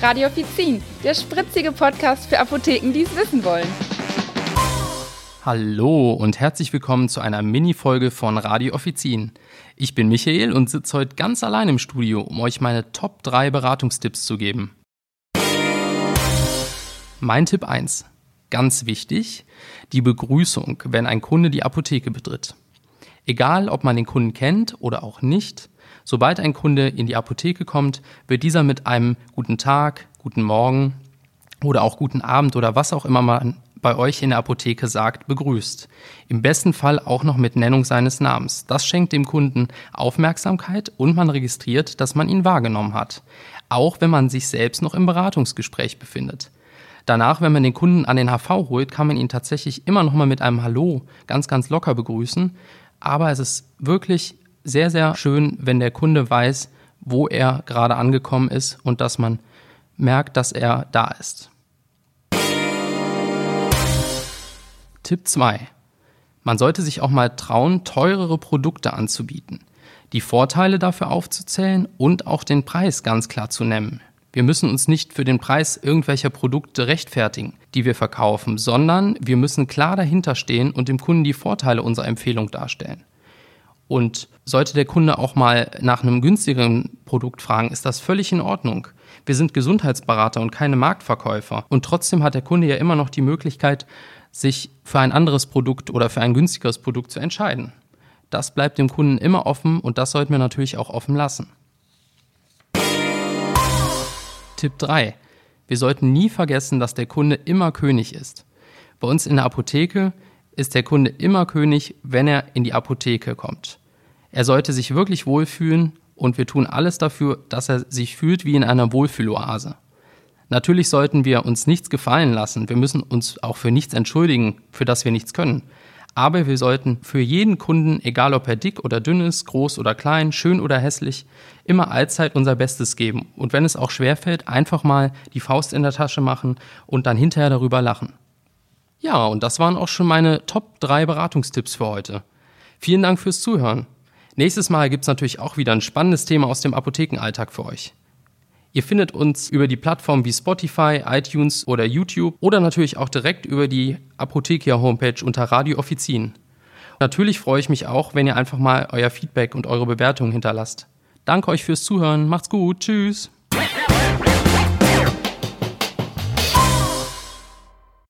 Radio Offizin, der spritzige Podcast für Apotheken, die es wissen wollen. Hallo und herzlich willkommen zu einer Mini-Folge von Radio Offizin. Ich bin Michael und sitze heute ganz allein im Studio, um euch meine Top 3 Beratungstipps zu geben. Mein Tipp 1. Ganz wichtig, die Begrüßung, wenn ein Kunde die Apotheke betritt. Egal, ob man den Kunden kennt oder auch nicht, sobald ein Kunde in die Apotheke kommt, wird dieser mit einem guten Tag, guten Morgen oder auch guten Abend oder was auch immer man bei euch in der Apotheke sagt, begrüßt. Im besten Fall auch noch mit Nennung seines Namens. Das schenkt dem Kunden Aufmerksamkeit und man registriert, dass man ihn wahrgenommen hat. Auch wenn man sich selbst noch im Beratungsgespräch befindet. Danach, wenn man den Kunden an den HV holt, kann man ihn tatsächlich immer noch mal mit einem Hallo ganz, ganz locker begrüßen. Aber es ist wirklich sehr, sehr schön, wenn der Kunde weiß, wo er gerade angekommen ist und dass man merkt, dass er da ist. Tipp 2. Man sollte sich auch mal trauen, teurere Produkte anzubieten, die Vorteile dafür aufzuzählen und auch den Preis ganz klar zu nennen. Wir müssen uns nicht für den Preis irgendwelcher Produkte rechtfertigen, die wir verkaufen, sondern wir müssen klar dahinter stehen und dem Kunden die Vorteile unserer Empfehlung darstellen. Und sollte der Kunde auch mal nach einem günstigeren Produkt fragen, ist das völlig in Ordnung. Wir sind Gesundheitsberater und keine Marktverkäufer. Und trotzdem hat der Kunde ja immer noch die Möglichkeit, sich für ein anderes Produkt oder für ein günstigeres Produkt zu entscheiden. Das bleibt dem Kunden immer offen und das sollten wir natürlich auch offen lassen. Tipp 3. Wir sollten nie vergessen, dass der Kunde immer König ist. Bei uns in der Apotheke ist der Kunde immer König, wenn er in die Apotheke kommt. Er sollte sich wirklich wohlfühlen und wir tun alles dafür, dass er sich fühlt wie in einer Wohlfühloase. Natürlich sollten wir uns nichts gefallen lassen. Wir müssen uns auch für nichts entschuldigen, für das wir nichts können. Aber wir sollten für jeden Kunden, egal ob er dick oder dünn ist, groß oder klein, schön oder hässlich, immer allzeit unser Bestes geben. Und wenn es auch schwerfällt, einfach mal die Faust in der Tasche machen und dann hinterher darüber lachen. Ja, und das waren auch schon meine Top 3 Beratungstipps für heute. Vielen Dank fürs Zuhören. Nächstes Mal gibt es natürlich auch wieder ein spannendes Thema aus dem Apothekenalltag für euch. Ihr findet uns über die Plattformen wie Spotify, iTunes oder YouTube oder natürlich auch direkt über die Apothekia-Homepage unter Radio Offizin. Natürlich freue ich mich auch, wenn ihr einfach mal euer Feedback und eure Bewertungen hinterlasst. Danke euch fürs Zuhören, macht's gut, tschüss!